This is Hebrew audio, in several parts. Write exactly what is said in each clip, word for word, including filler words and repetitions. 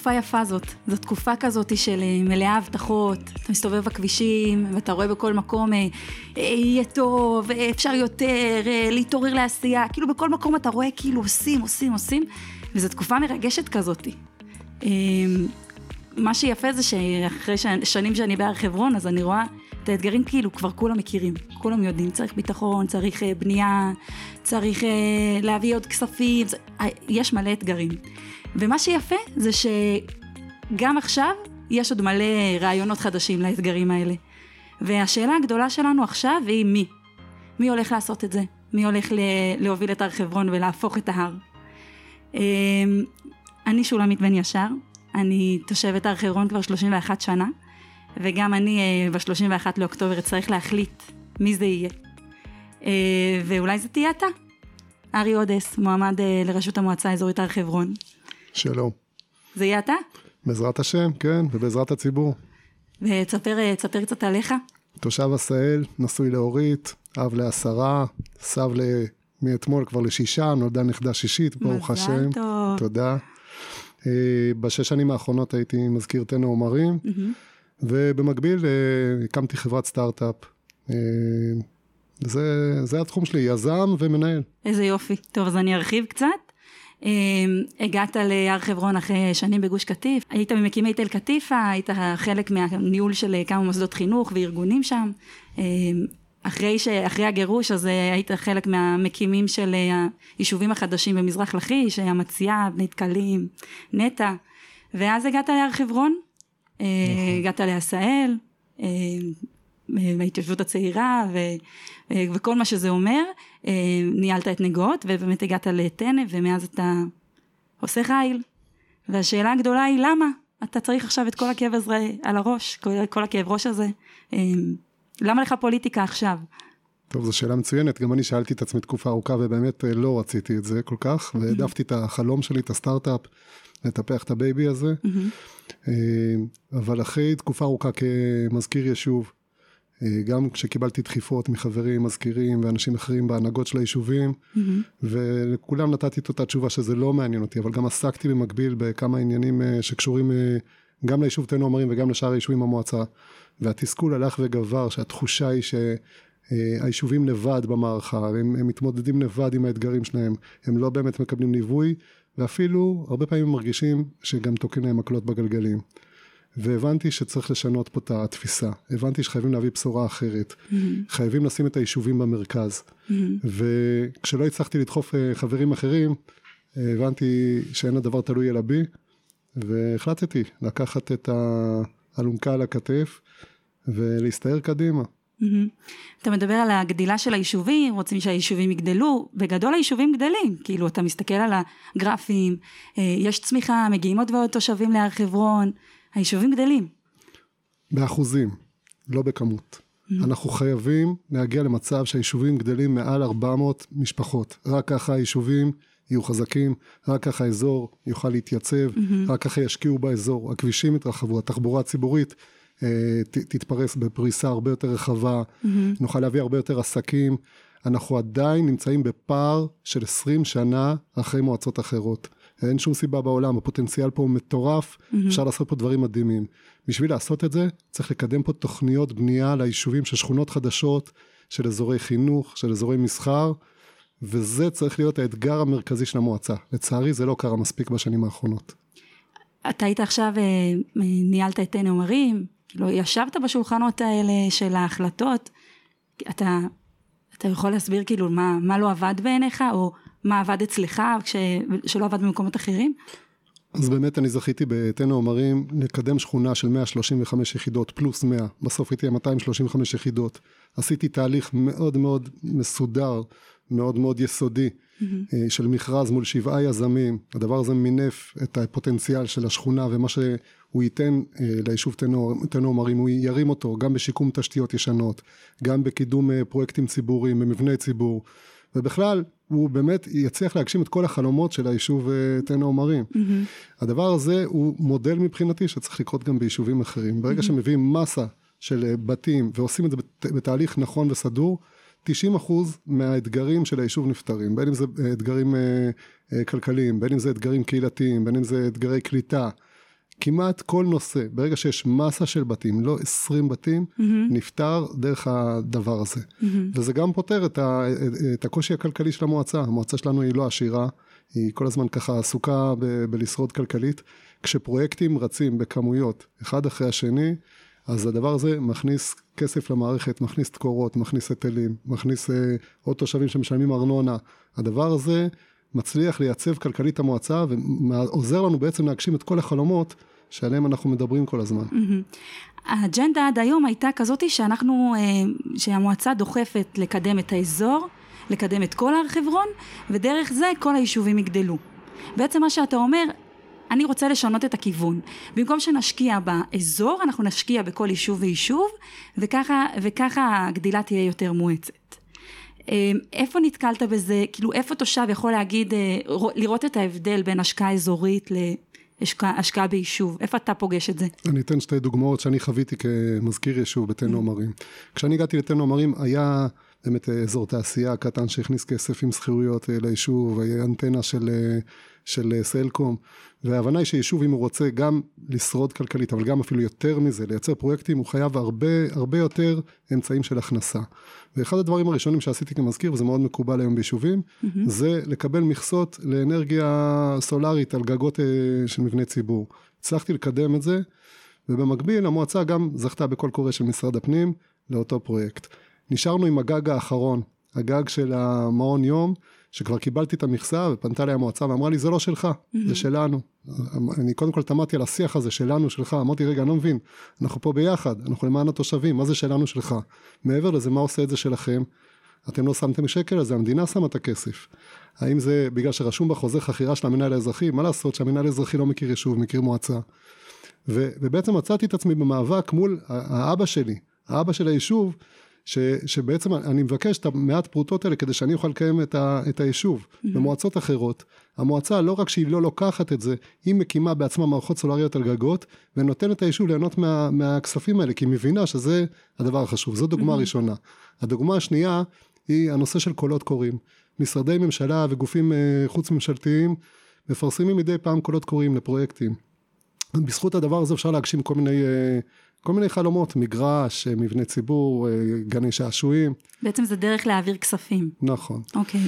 תקופה יפה זאת. זו תקופה כזאת של מלאה הבטחות, אתה מסתובב בכבישים, ואתה רואה בכל מקום, יהיה טוב, אפשר יותר, להתעורר לעשייה, כאילו בכל מקום אתה רואה כאילו עושים, עושים, עושים, וזו תקופה מרגשת כזאת. מה שיפה זה שאחרי שנים שאני בהר חברון, אז אני רואה את האתגרים כאילו כבר כולם מכירים, כולם יודעים, צריך ביטחון, צריך בנייה, צריך להביא עוד כספים, יש מלא אתגרים. ומה שיפה זה שגם עכשיו יש עוד מלא רעיונות חדשים לאתגרים האלה. והשאלה הגדולה שלנו עכשיו היא מי? מי הולך לעשות את זה? מי הולך להוביל את הר חברון ולהפוך את ההר? אני שולמית בן ישר, אני תושבת הר חברון כבר שלושים ואחת שנה, וגם אני ב-שלושים ואחד לאוקטובר צריך להחליט מי זה יהיה. ואולי זה תהיה אתה. ארי אודס, מועמד לראשות המועצה האזורית הר חברון. שלום. זה יהיה אתה? בעזרת השם, כן, ובעזרת הציבור. ותספר קצת עליך. תושב עשהאל, נשוי לאורית, אב לעשרה, סב מאתמול כבר לשישה, נולדה נכדה שישית, ברוך השם. מזל טוב. תודה. בשש שנים האחרונות הייתי מזכיר תנו עומרים, ובמקביל הקמתי חברת סטארט-אפ. זה, זה התחום שלי, יזם ומנהל. איזה יופי. טוב, אז אני ארחיב קצת. הגעת להר חברון אחרי שנים בגוש קטיף, היית ממקימי תל קטיפה, היית חלק מהניהול של כמה מוסדות חינוך וארגונים שם. אחרי, ש... אחרי הגירוש, אז היית חלק מהמקימים של היישובים החדשים במזרח לכיש, המציאה, בני דקלים, נטע, ואז הגעת להר חברון, הגעת לעשהאל, בהתיישבות הצעירה, ו... וכל מה שזה אומר, ניהלת את נגות, ובאמת הגעת לטנא, ומאז אתה עושה חיל. והשאלה הגדולה היא, למה? אתה צריך עכשיו את כל הכאב הזה על הראש, כל, כל הכאב ראש הזה. למה לך פוליטיקה עכשיו? טוב, זו שאלה מצוינת. גם אני שאלתי את עצמי תקופה ארוכה, ובאמת לא רציתי את זה כל כך, והעדפתי את החלום שלי, את הסטארט-אפ, לטפח את הבייבי הזה. אבל אחרי תקופה ארוכה כמזכיר יישוב, גם כשקיבלתי דחיפות מחברים, מזכירים ואנשים אחרים בהנהגות של היישובים, ולכולם נתתי את אותה תשובה שזה לא מעניין אותי, אבל גם עסקתי במקביל בכמה עניינים שקשורים גם ליישוב תנו עומרים וגם לשאר היישובים המועצה, והתסכול הלך וגבר, שהתחושה היא שהיישובים לבד במערכה, הם, הם מתמודדים לבד עם האתגרים שלהם, הם לא באמת מקבלים ליווי, ואפילו הרבה פעמים מרגישים שגם תוקעים להם מקלות בגלגלים. והבנתי שצריך לשנות פה את התפיסה, הבנתי שחייבים להביא בשורה אחרת, mm-hmm. חייבים לשים את היישובים במרכז, mm-hmm. וכשלא הצלחתי לדחוף חברים אחרים, הבנתי שאין הדבר תלוי אלא בי, והחלטתי לקחת את האלונקה על הכתף, ולהסתער קדימה. Mm-hmm. אתה מדבר על הגדילה של היישובים, רוצים שהיישובים יגדלו, בגדול היישובים גדלים, כאילו אתה מסתכל על הגרפים, יש צמיחה, מגיעים עוד ועוד תושבים להר חברון, היישובים גדלים. באחוזים, לא בכמות. Mm-hmm. אנחנו חייבים להגיע למצב שהיישובים גדלים מעל ארבע מאות משפחות. רק ככה היישובים יהיו חזקים, רק ככה האזור יוכל להתייצב, mm-hmm. רק ככה ישקיעו באזור. הכבישים יתרחבו, התחבורה הציבורית אה, ת, תתפרס בפריסה הרבה יותר רחבה, mm-hmm. נוכל להביא הרבה יותר עסקים. אנחנו עדיין נמצאים בפער של עשרים שנה אחרי מועצות אחרות. אין שום סיבה בעולם, הפוטנציאל פה הוא מטורף, mm-hmm. אפשר לעשות פה דברים מדהימים. בשביל לעשות את זה, צריך לקדם פה תוכניות בנייה ליישובים של שכונות חדשות, של אזורי חינוך, של אזורי מסחר, וזה צריך להיות האתגר המרכזי של המועצה. לצערי זה לא קרה מספיק בשנים האחרונות. אתה היית עכשיו, ניהלת את תנו עומרים, כאילו ישבת בשולחנות האלה של ההחלטות, אתה, אתה יכול להסביר כאילו מה, מה לא עבד בעיניך, או מה עבד אצלך, כש, שלא עבד במקומות אחרים? אז באמת אני זכיתי בתנו עומרים לקדם שכונה של מאה שלושים וחמש יחידות פלוס מאה, בסוף הייתי מאתיים שלושים וחמש יחידות. עשיתי תהליך מאוד מאוד מסודר, מאוד מאוד יסודי, mm-hmm. של מכרז מול שבעה יזמים. הדבר הזה מינף את הפוטנציאל של השכונה, ומה שהוא ייתן ליישוב תנו, תנו עומרים, הוא ירים אותו גם בשיקום תשתיות ישנות, גם בקידום פרויקטים ציבוריים, במבני ציבור, ובכלל הוא באמת יצליח להגשים את כל החלומות של היישוב תנו עומרים. Mm-hmm. הדבר הזה הוא מודל מבחינתי שצריך לקרות גם ביישובים אחרים. ברגע mm-hmm. שמביאים מסה של בתים ועושים את זה בתהליך נכון וסדור, תשעים אחוז מהאתגרים של היישוב נפטרים, בין אם זה אתגרים כלכליים, בין אם זה אתגרים קהילתיים, בין אם זה אתגרי קליטה, כמעט כל נושא, ברגע שיש מסה של בתים, לא עשרים בתים, mm-hmm. נפטר דרך הדבר הזה. Mm-hmm. וזה גם פותר את, ה, את הקושי הכלכלי של המועצה. המועצה שלנו היא לא עשירה, היא כל הזמן ככה עסוקה ב, בלשרוד כלכלית. כשפרויקטים רצים בכמויות, אחד אחרי השני, אז הדבר הזה מכניס כסף למערכת, מכניס תקורות, מכניס היטלים, מכניס אה, עוד תושבים שמשלמים ארנונה. הדבר הזה מצליח לייצב כלכלית המועצה, ועוזר לנו בעצם להגשים את כל החלומות שעליהם אנחנו מדברים כל הזמן. האג'נדה עד היום הייתה כזאת שאנחנו, שהמועצה דוחפת לקדם את האזור, לקדם את כל הר חברון, ודרך זה כל היישובים יגדלו. בעצם מה שאתה אומר, אני רוצה לשנות את הכיוון. במקום שנשקיע באזור, אנחנו נשקיע בכל יישוב ויישוב, וככה, וככה הגדילה תהיה יותר מואצת. איפה נתקלת בזה? כאילו, איפה תושב יכול להגיד, לראות את ההבדל בין השקעה אזורית להשקעה ביישוב? איפה אתה פוגש את זה? אני אתן שתי דוגמאות שאני חוויתי כמזכיר יישוב בתן עומרים. כשאני הגעתי לתן עומרים, היה באמת אזור תעשייה קטן שהכניס כסף עם שכירויות ליישוב, היה אנטנה של, של סלקום, וההבנה היא שיישוב, אם הוא רוצה גם לשרוד כלכלית, אבל גם אפילו יותר מזה, לייצר פרויקטים, הוא חייב הרבה, הרבה יותר אמצעים של הכנסה. ואחד הדברים הראשונים שעשיתי כמזכיר, וזה מאוד מקובל היום ביישובים, mm-hmm. זה לקבל מכסות לאנרגיה סולרית על גגות של מבני ציבור. הצלחתי לקדם את זה, ובמקביל המועצה גם זכתה בכל קורא של משרד הפנים לאותו פרויקט. נשארנו עם הגג האחרון, הגג של המעון יום, שכבר קיבלתי את המכסה, ופנתה לי המועצה ואמרה לי, זה לא שלך, mm-hmm. זה שלנו. אני קודם כל תמדתי על השיח הזה, שלנו, שלך. אמרתי, רגע, אני לא מבין, אנחנו פה ביחד, אנחנו למען התושבים, מה זה שלנו, שלך? מעבר לזה, מה עושה את זה שלכם? אתם לא שמתם שקל, אז המדינה שמה את הכסף. האם זה בגלל שרשום בחוזה חכירה של המנהל האזרחי? מה לעשות שהמנהל האזרחי לא מכיר יישוב, מכיר מועצה? ו- ובעצם מצאתי את עצמי במאבק מול האבא שלי, האבא של היישוב, ש, שבעצם אני מבקש את המעט פרוטות האלה, כדי שאני אוכל לקיים את, ה, את היישוב. Mm-hmm. במועצות אחרות, המועצה לא רק שהיא לא לוקחת את זה, היא מקימה בעצמה מערכות סולריות על גגות, ונותנת את היישוב ליהנות מה, מהכספים האלה, כי היא מבינה שזה הדבר החשוב. זו דוגמה mm-hmm. ראשונה. הדוגמה השנייה, היא הנושא של קולות קוראים. משרדי ממשלה וגופים חוץ ממשלתיים, מפרסמים מדי פעם קולות קוראים לפרויקטים. בזכות הדבר הזה אפשר להגשים כל מיני... כל מיני חלומות, מגרש, מבני ציבור, גני שעשועים. בעצם זה דרך להעביר כספים. נכון. אוקיי.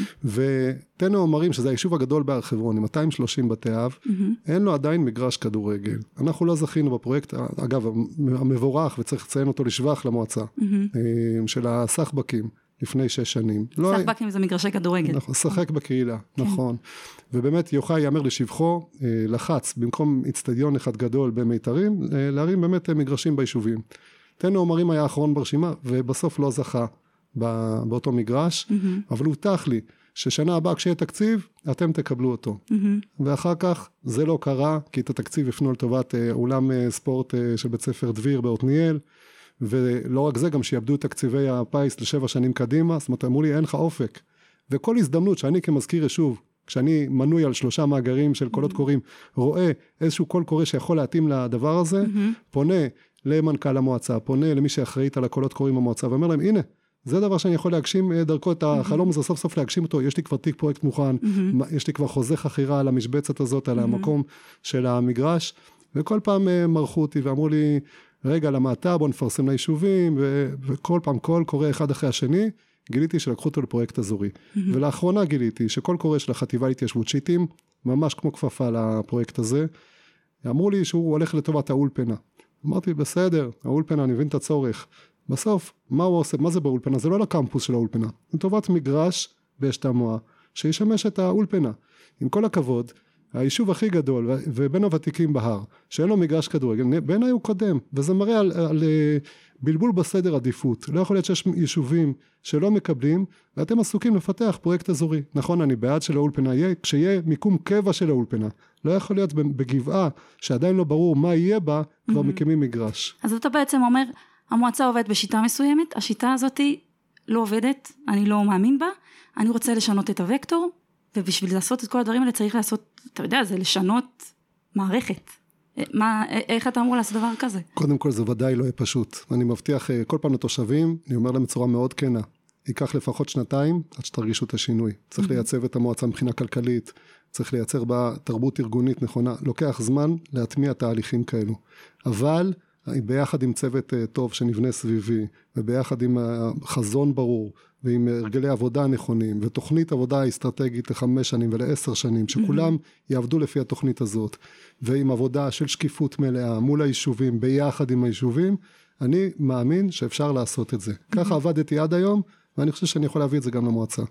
ותן עומרים, שזה היישוב הגדול בהר חברון, עם מאתיים ושלושים בתי אב, mm-hmm. אין לו עדיין מגרש כדורגל. אנחנו לא זכינו בפרויקט, אגב, המבורך, וצריך לציין אותו לשבח למועצה, mm-hmm. של הסחבקים, לפני שש שנים. סחבקים לא... זה מגרשי כדורגל. נכון, שחק בקהילה, כן. נכון. ובאמת יוחאי יאמר לשבחו, לחץ, במקום אצטדיון אחד גדול במיתרים, להרים באמת מגרשים ביישובים. תן עומרים היה האחרון ברשימה, ובסוף לא זכה באותו מגרש, mm-hmm. אבל הוא הובטח לי, ששנה הבאה כשיהיה תקציב, אתם תקבלו אותו. Mm-hmm. ואחר כך זה לא קרה, כי את התקציב הפנו לטובת אולם ספורט של בית ספר דביר באותניאל, ולא רק זה, גם שיאבדו את תקציבי הפיס לשבע שנים קדימה, זאת אומרת, אמרו לי, אין לך אופק. וכל הזדמנות שאני כמזכיר יישוב, כשאני מנוי על שלושה מאגרים של קולות קוראים, רואה איזשהו קול קורא שיכול להתאים לדבר הזה, פונה למנכ"ל המועצה, פונה למי שאחראית על הקולות קוראים במועצה, ואומר להם, הנה, זה דבר שאני יכול להגשים דרכו את החלום הזה, סוף סוף להגשים אותו, יש לי כבר תיק פרויקט מוכן, יש לי כבר חוזה חכירה על המשבצת הזאת, על המקום של המגרש, וכל פעם מרחו אותי ואמרו לי, רגע, למה אתה, בוא נפרסם ליישובים, ו- וכל פעם, כל קורא אחד אחרי השני, גיליתי שלקחו אותו לפרויקט אזורי. Mm-hmm. ולאחרונה גיליתי שכל קורא של החטיבה להתיישבות שיטים, ממש כמו כפפה לפרויקט הזה, אמרו לי שהוא הולך לטובת האולפנה. אמרתי, בסדר, האולפנה, אני מבין את הצורך. בסוף, מה הוא עושה? מה זה באולפנה? זה לא לקמפוס של האולפנה. זה טובת מגרש באשתמוע, שישמש את האולפנה. עם כל הכבוד, היישוב הכי גדול, ובין הוותיקים בהר, שאין לו מגרש כדורגל, בעיניי הוא קודם, וזה מראה על, על בלבול בסדר עדיפות. לא יכול להיות שיש יישובים שלא מקבלים, ואתם עסוקים לפתח פרויקט אזורי. נכון, אני בעד של האולפנה יהיה, כשיהיה מיקום קבע של האולפנה. לא יכול להיות בגבעה, שעדיין לא ברור מה יהיה בה, כבר mm-hmm. מקימים מגרש. אז אתה בעצם אומר, המועצה עובדת בשיטה מסוימת, השיטה הזאת לא עובדת, אני לא מאמין בה, אני רוצה לשנות את הוקטור, ובשביל לעשות את כל הדברים האלה צריך לעשות, אתה יודע, זה לשנות מערכת. מה, איך אתה אמור לעשות דבר כזה? קודם כל זה ודאי לא יהיה פשוט. אני מבטיח כל פעם לתושבים, אני אומר להם בצורה מאוד כנה, ייקח לפחות שנתיים עד שתרגישו את השינוי. צריך לייצב את המועצה מבחינה כלכלית, צריך לייצר בה תרבות ארגונית נכונה, לוקח זמן להטמיע תהליכים כאלו. אבל ביחד עם צוות טוב שנבנה סביבי, וביחד עם חזון ברור, ועם הרגלי עבודה נכונים, ותוכנית עבודה אסטרטגית לחמש שנים ולעשר שנים, שכולם יעבדו לפי התוכנית הזאת, ועם עבודה של שקיפות מלאה מול היישובים, ביחד עם היישובים, אני מאמין שאפשר לעשות את זה. ככה עבדתי עד היום, ואני חושב שאני יכול להביא את זה גם למועצה.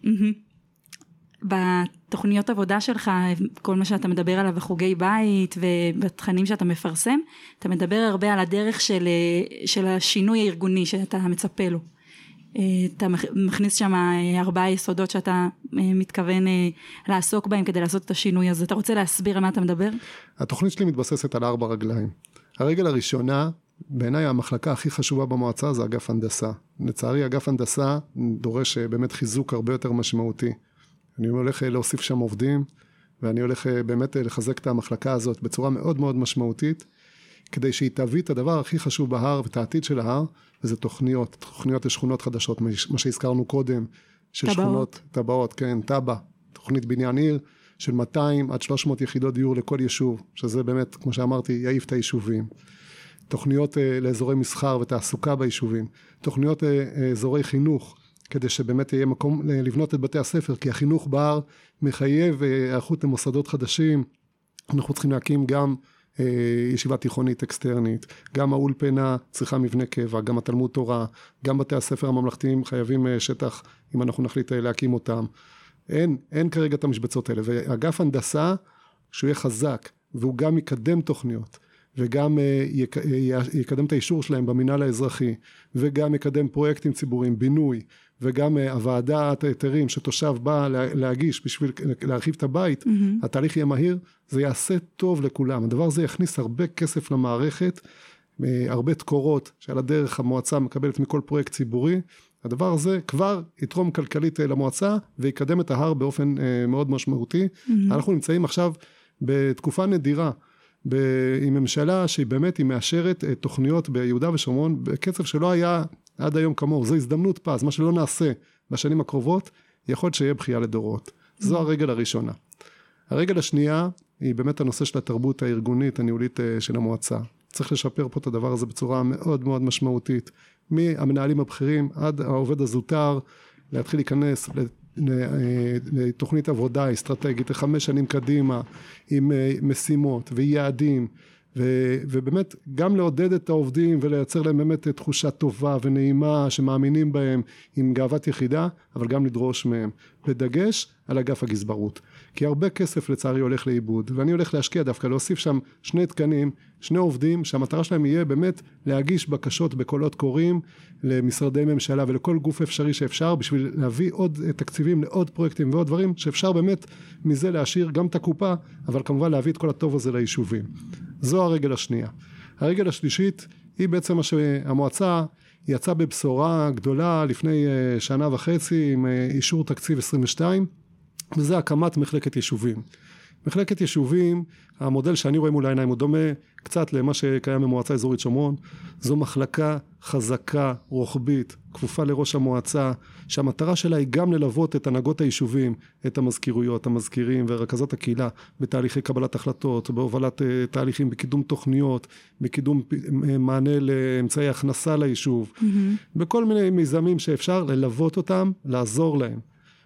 בתוכניות עבודה שלך, כל מה שאתה מדבר עליו בחוגי בית ובתכנים שאתה מפרסם, אתה מדבר הרבה על הדרך של, של השינוי הארגוני שאתה מצפה לו. אתה מכניס שם ארבעה יסודות שאתה מתכוון לעסוק בהם כדי לעשות את השינוי הזה. אתה רוצה להסביר על מה אתה מדבר? התוכנית שלי מתבססת על ארבע רגליים. הרגל הראשונה, בעיניי המחלקה הכי חשובה במועצה זה אגף הנדסה. לצערי אגף הנדסה דורש באמת חיזוק הרבה יותר משמעותי. אני הולך להוסיף שם עובדים, ואני הולך באמת לחזק את המחלקה הזאת בצורה מאוד מאוד משמעותית, כדי שהיא תביא את הדבר הכי חשוב בהר ואת העתיד של ההר, וזה תוכניות, תוכניות לשכונות חדשות, מה שהזכרנו קודם, של טבעות. שכונות, טבעות, כן, טבע, תוכנית בניין עיר, של מאתיים עד שלוש מאות יחידות דיור לכל יישוב, שזה באמת, כמו שאמרתי, יעיף את היישובים. תוכניות אה, לאזורי מסחר ותעסוקה ביישובים, תוכניות אה, אזורי חינוך, כדי שבאמת יהיה מקום לבנות את בתי הספר, כי החינוך בהר מחייב היערכות למוסדות חדשים, אנחנו צריכים להקים גם אה, ישיבה תיכונית אקסטרנית, גם האולפנה צריכה מבנה קבע, גם התלמוד תורה, גם בתי הספר הממלכתיים חייבים אה, שטח, אם אנחנו נחליט אה, להקים אותם. אין, אין כרגע את המשבצות האלה, ואגף הנדסה, שהוא יהיה חזק, והוא גם יקדם תוכניות, וגם יקדם את האישור שלהם במינהל האזרחי, וגם יקדם פרויקטים ציבוריים, בינוי, וגם הוועדת היתרים שתושב בא להגיש בשביל להרחיב את הבית, mm-hmm. התהליך יהיה מהיר, זה יעשה טוב לכולם. הדבר הזה יכניס הרבה כסף למערכת, הרבה תקורות שעל הדרך המועצה מקבלת מכל פרויקט ציבורי, הדבר הזה כבר יתרום כלכלית למועצה, ויקדם את ההר באופן מאוד משמעותי. Mm-hmm. אנחנו נמצאים עכשיו בתקופה נדירה, עם ממשלה שהיא באמת היא מאשרת תוכניות ביהודה ושומרון בקצב שלא היה עד היום כמוהו. זו הזדמנות פז, מה שלא נעשה בשנים הקרובות, יכול שיהיה בכייה לדורות. זו הרגל הראשונה. הרגל השנייה היא באמת הנושא של התרבות הארגונית הניהולית של המועצה. צריך לשפר פה את הדבר הזה בצורה מאוד מאוד משמעותית. מהמנהלים הבכירים עד העובד הזוטר, להתחיל להיכנס לתוכנית עבודה אסטרטגית לחמש שנים קדימה, עם משימות ויעדים, ו, ובאמת גם לעודד את העובדים ולייצר להם באמת תחושה טובה ונעימה שמאמינים בהם עם גאוות יחידה, אבל גם לדרוש מהם, בדגש על אגף הגזברות. כי הרבה כסף לצערי הולך לאיבוד, ואני הולך להשקיע דווקא, להוסיף שם שני תקנים, שני עובדים, שהמטרה שלהם יהיה באמת להגיש בקשות בקולות קוראים למשרדי ממשלה ולכל גוף אפשרי שאפשר, בשביל להביא עוד תקציבים לעוד פרויקטים ועוד דברים, שאפשר באמת מזה להשאיר גם את הקופה, אבל כמובן להביא את כל הטוב הזה ליישובים. זו הרגל השנייה. הרגל השלישית היא בעצם מה שהמועצה יצאה בבשורה גדולה לפני שנה וחצי עם אישור תקציב עשרים ושתיים, וזה הקמת מחלקת יישובים. מחלקת יישובים, המודל שאני רואה מול העיניים הוא דומה קצת למה שקיים במועצה אזורית שומרון. זו מחלקה חזקה, רוחבית, כפופה לראש המועצה, שהמטרה שלה היא גם ללוות את הנהגות היישובים, את המזכירויות, המזכירים ורכזות הקהילה, בתהליכי קבלת החלטות, בהובלת תהליכים, בקידום תוכניות, בקידום מענה לאמצעי הכנסה ליישוב, mm-hmm. בכל מיני מיזמים שאפשר ללוות אותם, לעזור להם.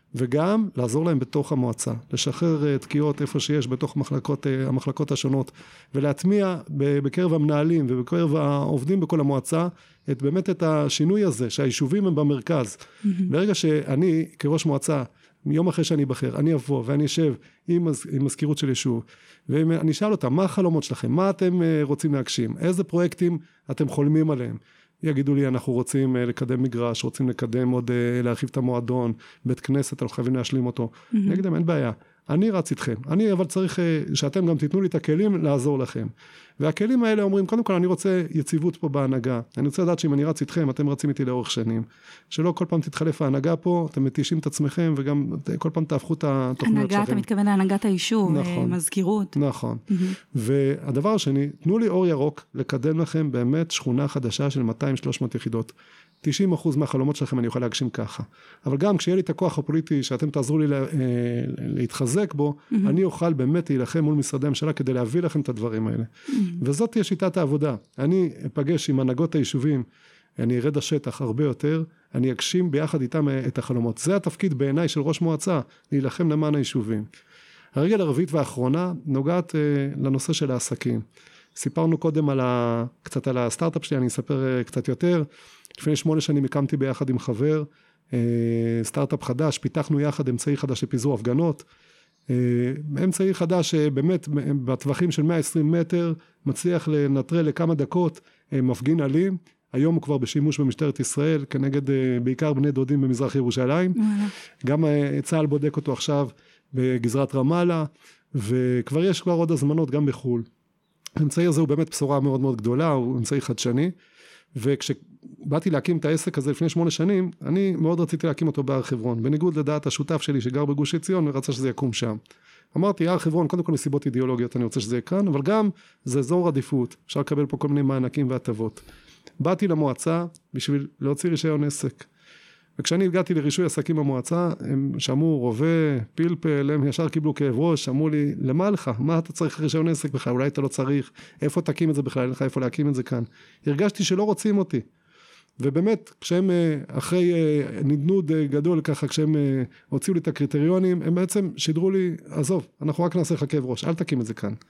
וגם לעזור להם בתוך המועצה, לשחרר תקיעות איפה שיש בתוך מחלקות, המחלקות השונות, ולהטמיע בקרב המנהלים ובקרב העובדים בכל המועצה, את באמת את השינוי הזה, שהיישובים הם במרכז. Mm-hmm. ברגע שאני כראש מועצה, יום אחרי שאני אבחר, אני אבוא ואני אשב עם, עם מזכירות של יישוב, ואני אשאל אותם, מה החלומות שלכם? מה אתם רוצים להגשים? איזה פרויקטים אתם חולמים עליהם? יגידו לי, אנחנו רוצים לקדם מגרש, רוצים לקדם עוד, להרחיב את המועדון, בית כנסת, אנחנו חייבים להשלים אותו. Mm-hmm. אני אגיד להם, אין בעיה, אני רץ איתכם, אני אבל צריך שאתם גם תיתנו לי את הכלים לעזור לכם. והכלים האלה אומרים, קודם כל אני רוצה יציבות פה בהנהגה, אני רוצה לדעת שאם אני רץ איתכם, אתם רצים איתי לאורך שנים. שלא כל פעם תתחלף ההנהגה פה, אתם מתישים את עצמכם, וגם כל פעם תהפכו את התוכניות שלכם. הנהגה, אתה מתכוון להנהגת היישוב, נכון, מזכירות. נכון. Mm-hmm. והדבר השני, תנו לי אור ירוק לקדם לכם באמת שכונה חדשה של מאתיים שלוש מאות יחידות. תשעים אחוז מהחלומות שלכם אני אוכל להגשים ככה. אבל גם כשיהיה לי את הכוח הפוליטי שאתם תעזרו לי לה, להתחזק בו, mm-hmm. אני אוכל באמת להילחם מול משרדי הממשלה כדי להביא לכם את הדברים האלה. Mm-hmm. וזאת תהיה שיטת העבודה. אני אפגש עם הנהגות היישובים, אני ארד השטח הרבה יותר, אני אגשים ביחד איתם את החלומות. זה התפקיד בעיניי של ראש מועצה, להילחם למען היישובים. הרגל הרביעית והאחרונה נוגעת אה, לנושא של העסקים. סיפרנו קודם על ה, קצת על הסטארט-אפ שלי, אני אספר אה, קצת יותר. לפני שמונה שנים הקמתי ביחד עם חבר, אה, סטארט-אפ חדש, פיתחנו יחד אמצעי חדש לפיזור הפגנות. אה, אמצעי חדש באמת בטווחים של מאה ועשרים מטר, מצליח לנטרל לכמה דקות אה, מפגין אלים. היום הוא כבר בשימוש במשטרת ישראל, כנגד בעיקר בני דודים במזרח ירושלים. גם צה"ל בודק אותו עכשיו בגזרת רמאללה, וכבר יש כבר עוד הזמנות גם בחול. האמצעי הזה הוא באמת בשורה מאוד מאוד גדולה, הוא אמצעי חדשני, וכשבאתי להקים את העסק הזה לפני שמונה שנים, אני מאוד רציתי להקים אותו בהר חברון, בניגוד לדעת השותף שלי שגר בגוש עציון, ורצה שזה יקום שם. אמרתי, הר חברון, קודם כל מסיבות אידיאולוגיות, אני רוצה שזה יהיה כאן, אבל גם זה אזור עדיפות, אפשר לקבל פה כל מיני מענקים והטבות. באתי למועצה בשביל להוציא רישיון עסק. וכשאני הגעתי לרישוי עסקים במועצה, הם שמעו רובה, פלפל, הם ישר קיבלו כאב ראש, אמרו לי, למה לך? מה אתה צריך רישיון עסק בכלל? אולי אתה לא צריך, איפה תקים את זה בכלל? אין לך איפה להקים את זה כאן. הרגשתי שלא רוצים אותי. ובאמת, כשהם אחרי נדנוד גדול ככה, כשהם הוציאו לי את הקריטריונים, הם בעצם שידרו לי, עזוב, אנחנו רק נעשה לך כאב ראש, אל תקים את זה כאן.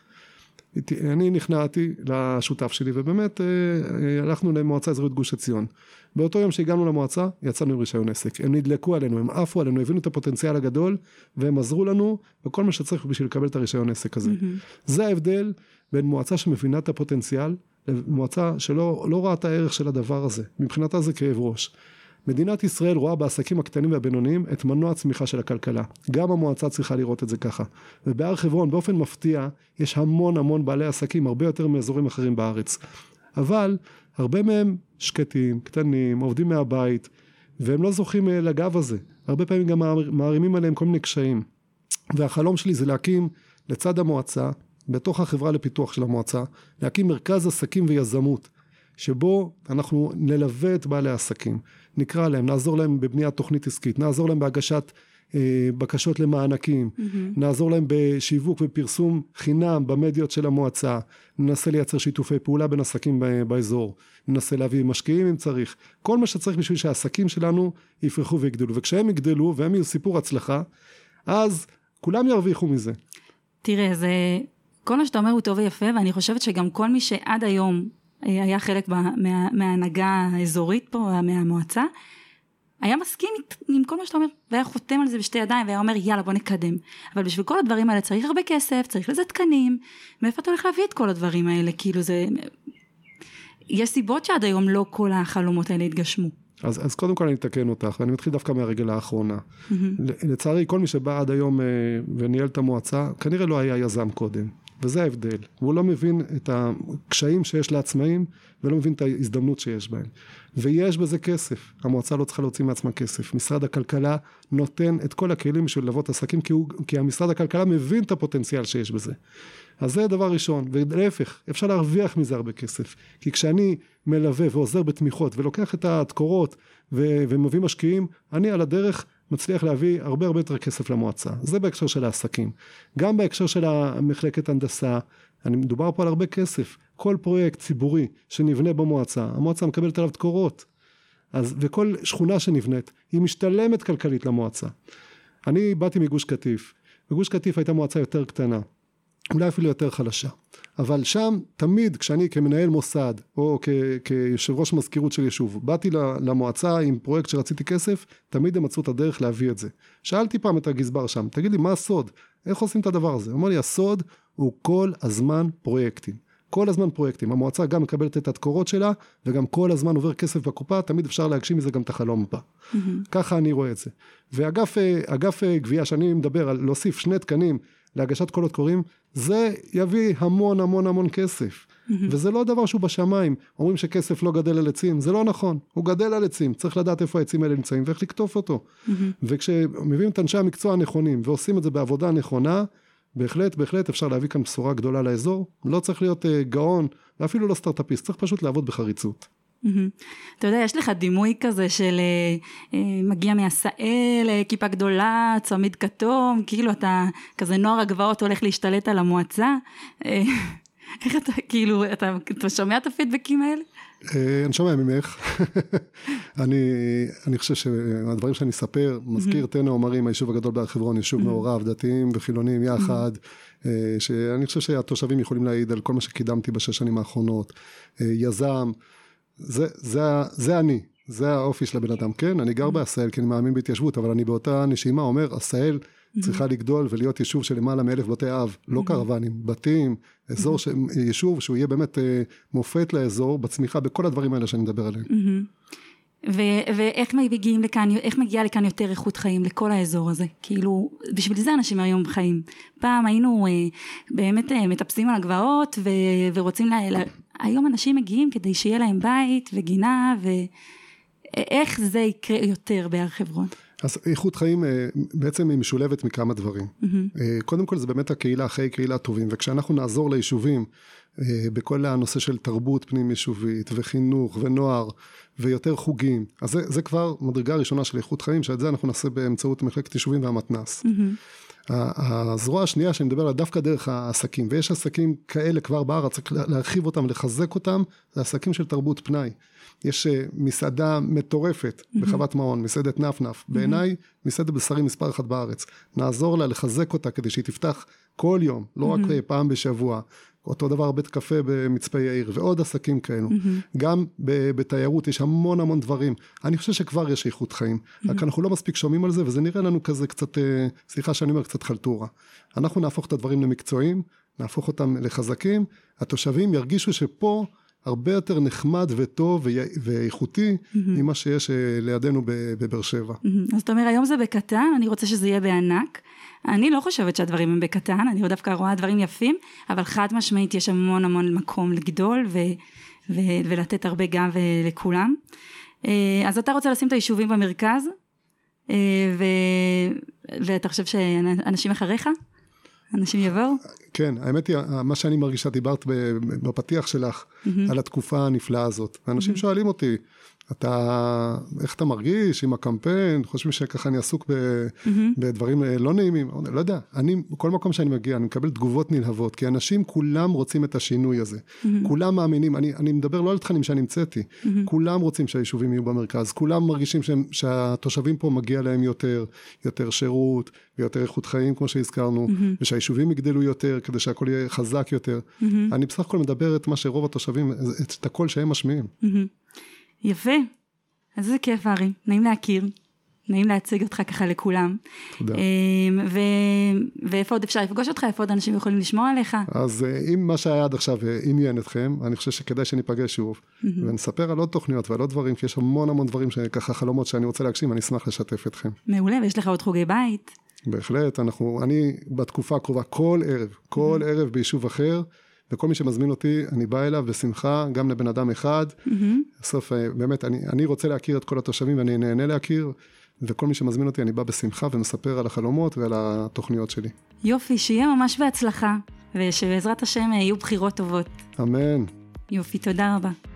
אני נכנעתי לשותף שלי, ובאמת הלכנו למועצה אזורית גוש עציון. באותו יום שהגענו למועצה, יצאנו עם רישיון עסק. הם נדלקו עלינו, הם עפו עלינו, הבינו את הפוטנציאל הגדול, והם עזרו לנו בכל מה שצריך בשביל לקבל את הרישיון עסק הזה. Mm-hmm. זה ההבדל בין מועצה שמבינה את הפוטנציאל, למועצה שלא לא רואה את הערך של הדבר הזה. מבחינתה זה כאב ראש. מדינת ישראל רואה בעסקים הקטנים והבינוניים את מנוע הצמיחה של הכלכלה. גם המועצה צריכה לראות את זה ככה. ובהר חברון באופן מפתיע יש המון המון בעלי עסקים, הרבה יותר מאזורים אחרים בארץ. אבל הרבה מהם שקטים, קטנים, עובדים מהבית, והם לא זוכים לגב הזה. הרבה פעמים גם מערימים עליהם כל מיני קשיים. והחלום שלי זה להקים לצד המועצה, בתוך החברה לפיתוח של המועצה, להקים מרכז עסקים ויזמות, שבו אנחנו נלווה את בעלי העסקים, נקרא להם, נעזור להם בבניית תוכנית עסקית, נעזור להם בהגשת אה, בקשות למענקים, mm-hmm. נעזור להם בשיווק ופרסום חינם במדיות של המועצה, ננסה לייצר שיתופי פעולה בין עסקים באזור, ננסה להביא משקיעים אם צריך, כל מה שצריך בשביל שהעסקים שלנו יפרחו ויגדלו, וכשהם יגדלו והם יהיו סיפור הצלחה, אז כולם ירוויחו מזה. תראה, זה, כל מה שאתה אומר הוא טוב ויפה, ואני חושבת שגם כל מי שעד היום היה חלק מה, מה, מההנהגה האזורית פה, מהמועצה, היה מסכים עם כל מה שאתה אומר, והיה חותם על זה בשתי ידיים, והיה אומר, יאללה, בוא נקדם. אבל בשביל כל הדברים האלה צריך הרבה כסף, צריך לזה תקנים, מאיפה אתה הולך להביא את כל הדברים האלה? כאילו זה, יש סיבות שעד היום לא כל החלומות האלה התגשמו. אז, אז קודם כל אני אתקן אותך, ואני מתחיל דווקא מהרגל האחרונה. Mm-hmm. לצערי, כל מי שבא עד היום וניהל את המועצה, כנראה לא היה יזם קודם. וזה ההבדל. הוא לא מבין את הקשיים שיש לעצמאים, ולא מבין את ההזדמנות שיש בהם. ויש בזה כסף. המועצה לא צריכה להוציא מעצמה כסף. משרד הכלכלה נותן את כל הכלים בשביל ללוות עסקים, כי, הוא, כי המשרד הכלכלה מבין את הפוטנציאל שיש בזה. אז זה דבר ראשון. ולהפך, אפשר להרוויח מזה הרבה כסף. כי כשאני מלווה ועוזר בתמיכות, ולוקח את התקורות ו- ומביא משקיעים, אני על הדרך מצליח להביא הרבה הרבה יותר כסף למועצה. זה בהקשר של העסקים. גם בהקשר של המחלקת הנדסה, אני מדובר פה על הרבה כסף. כל פרויקט ציבורי שנבנה במועצה, המועצה מקבלת עליו תקורות. אז, וכל שכונה שנבנית, היא משתלמת כלכלית למועצה. אני באתי מגוש קטיף. בגוש קטיף הייתה מועצה יותר קטנה. אולי אפילו יותר חלשה. אבל שם, תמיד, כשאני כמנהל מוסד, או כ- כיושב ראש מזכירות של יישוב, באתי למועצה עם פרויקט שרציתי כסף, תמיד הם מצאו את הדרך להביא את זה. שאלתי פעם את הגזבר שם, תגיד לי, מה הסוד? איך עושים את הדבר הזה? הוא אמר לי, הסוד הוא כל הזמן פרויקטים. כל הזמן פרויקטים. המועצה גם מקבלת את התקורות שלה, וגם כל הזמן עובר כסף בקופה, תמיד אפשר להגשים מזה גם את החלום הבא. Mm-hmm. ככה אני רואה את זה. ואגף אגף גבייה, שאני מדבר על להוסיף שני תקנים, להגשת קולות קוראים, זה יביא המון המון המון כסף. Mm-hmm. וזה לא דבר שהוא בשמיים. אומרים שכסף לא גדל על עצים, זה לא נכון. הוא גדל על עצים, צריך לדעת איפה העצים האלה נמצאים, ואיך לקטוף אותו. Mm-hmm. וכשמביאים את אנשי המקצוע הנכונים, ועושים את זה בעבודה נכונה, בהחלט, בהחלט אפשר להביא כאן בשורה גדולה לאזור. לא צריך להיות uh, גאון, ואפילו לא סטארט-אפיסט, צריך פשוט לעבוד בחריצות. אתה יודע, יש לך דימוי כזה של מגיע מהסאל, כיפה גדולה, צמיד כתום, כאילו אתה כזה נוער הגבעות הולך להשתלט על המועצה. איך אתה, כאילו, אתה, אתה שומע את הפידבקים האלה? אני שומע ממך. אני, אני חושב שהדברים שאני אספר, מזכיר תנא עומרים, היישוב הגדול בהר חברון, יישוב מעורב, דתיים וחילונים יחד, שאני חושב שהתושבים יכולים להעיד על כל מה שקידמתי בשש שנים האחרונות, יזם, זה, זה, זה אני, זה האופי של הבן אדם, כן? אני גר בעשהאל, כי אני מאמין בהתיישבות, אבל אני באותה נשימה אומר, עשהאל צריכה לגדול ולהיות יישוב של למעלה מאלף בתי אב, לא קרוונים, בתים, אזור, ש... יישוב שהוא יהיה באמת מופת לאזור, בצמיחה, בכל הדברים האלה שאני מדבר עליהם. ו- ואיך מגיעים לכאן, איך מגיעה לכאן יותר איכות חיים לכל האזור הזה? כאילו, בשביל זה אנשים היום חיים. פעם היינו אה, באמת אה, מטפסים על הגבעות ו- ורוצים לה... לה... היום אנשים מגיעים כדי שיהיה להם בית וגינה, ואיך זה יקרה יותר בהר חברון? אז איכות חיים בעצם היא משולבת מכמה דברים. Mm-hmm. קודם כל זה באמת הקהילה, אחרי קהילה טובים, וכשאנחנו נעזור ליישובים, בכל הנושא של תרבות פנים יישובית, וחינוך, ונוער, ויותר חוגים, אז זה, זה כבר מדרגה ראשונה של איכות חיים, שאת זה אנחנו נעשה באמצעות מחלקת יישובים והמתנ"ס. Mm-hmm. הזרוע השנייה שאני מדבר עליה דווקא דרך העסקים, ויש עסקים כאלה כבר בארץ, צריך להרחיב אותם, לחזק אותם, זה עסקים של תרבות פנאי. יש מסעדה מטורפת mm-hmm. בחוות מעון, מסעדת נפנף, mm-hmm. בעיניי מסעדת בשרים מספר אחת בארץ, נעזור לה לחזק אותה כדי שהיא תפתח כל יום, לא mm-hmm. רק פעם בשבוע, אותו דבר בית קפה במצפה יאיר, ועוד עסקים כאלו, mm-hmm. גם בתיירות יש המון המון דברים, אני חושב שכבר יש איכות חיים, mm-hmm. רק אנחנו לא מספיק שומעים על זה, וזה נראה לנו כזה קצת, סליחה שאני אומר קצת חלטורה, אנחנו נהפוך את הדברים למקצועיים, נהפוך אותם לחזקים, התושבים ירגישו שפה, הרבה יותר נחמד וטוב ואיכותי mm-hmm. ממה שיש לידינו בבאר שבע. Mm-hmm. אז אתה אומר, היום זה בקטן, אני רוצה שזה יהיה בענק. אני לא חושבת שהדברים הם בקטן, אני עוד דווקא רואה דברים יפים, אבל חד משמעית יש המון המון מקום לגדול ו- ו- ולתת הרבה גם לכולם. אז אתה רוצה לשים את היישובים במרכז, ו- ואתה חושב שאנשים אחריך? אנשים יבואו? כן, האמת היא, מה שאני מרגישה, דיברת בפתיח שלך, mm-hmm. על התקופה הנפלאה הזאת. אנשים mm-hmm. שואלים אותי, אתה, איך אתה מרגיש עם הקמפיין? חושבים שככה אני עסוק ב, mm-hmm. בדברים לא נעימים? לא יודע, אני, בכל מקום שאני מגיע, אני מקבל תגובות נלהבות, כי אנשים כולם רוצים את השינוי הזה. Mm-hmm. כולם מאמינים, אני, אני מדבר לא על תכנים שאני המצאתי, mm-hmm. כולם רוצים שהיישובים יהיו במרכז, כולם מרגישים שהם, שהתושבים פה מגיע להם יותר, יותר שירות, ויותר איכות חיים, כמו שהזכרנו, mm-hmm. ושהיישובים יגדלו יותר, כדי שהכל יהיה חזק יותר. Mm-hmm. אני בסך הכל מדבר את מה שרוב התושבים, את הקול שהם משמיעים. Mm-hmm. יפה, אז זה כיף ארי, נעים להכיר, נעים להציג אותך ככה לכולם. תודה. ו... ואיפה עוד אפשר לפגוש אותך, איפה עוד אנשים יכולים לשמוע עליך? אז אם מה שהיה עד עכשיו עניין אתכם, אני חושב שכדאי שניפגש שוב, mm-hmm. ונספר על עוד תוכניות ועל עוד דברים, כי יש המון המון דברים שככה חלומות שאני רוצה להגשים, אני אשמח לשתף אתכם. מעולה, ויש לך עוד חוגי בית? בהחלט, אנחנו, אני בתקופה הקרובה כל ערב, כל mm-hmm. ערב ביישוב אחר, וכל מי שמזמין אותי, אני בא אליו בשמחה, גם לבן אדם אחד. Mm-hmm. בסוף, באמת, אני, אני רוצה להכיר את כל התושבים, ואני נהנה להכיר, וכל מי שמזמין אותי, אני בא בשמחה, ומספר על החלומות ועל התוכניות שלי. יופי, שיהיה ממש בהצלחה, ושבעזרת השם יהיו בחירות טובות. אמן. יופי, תודה רבה.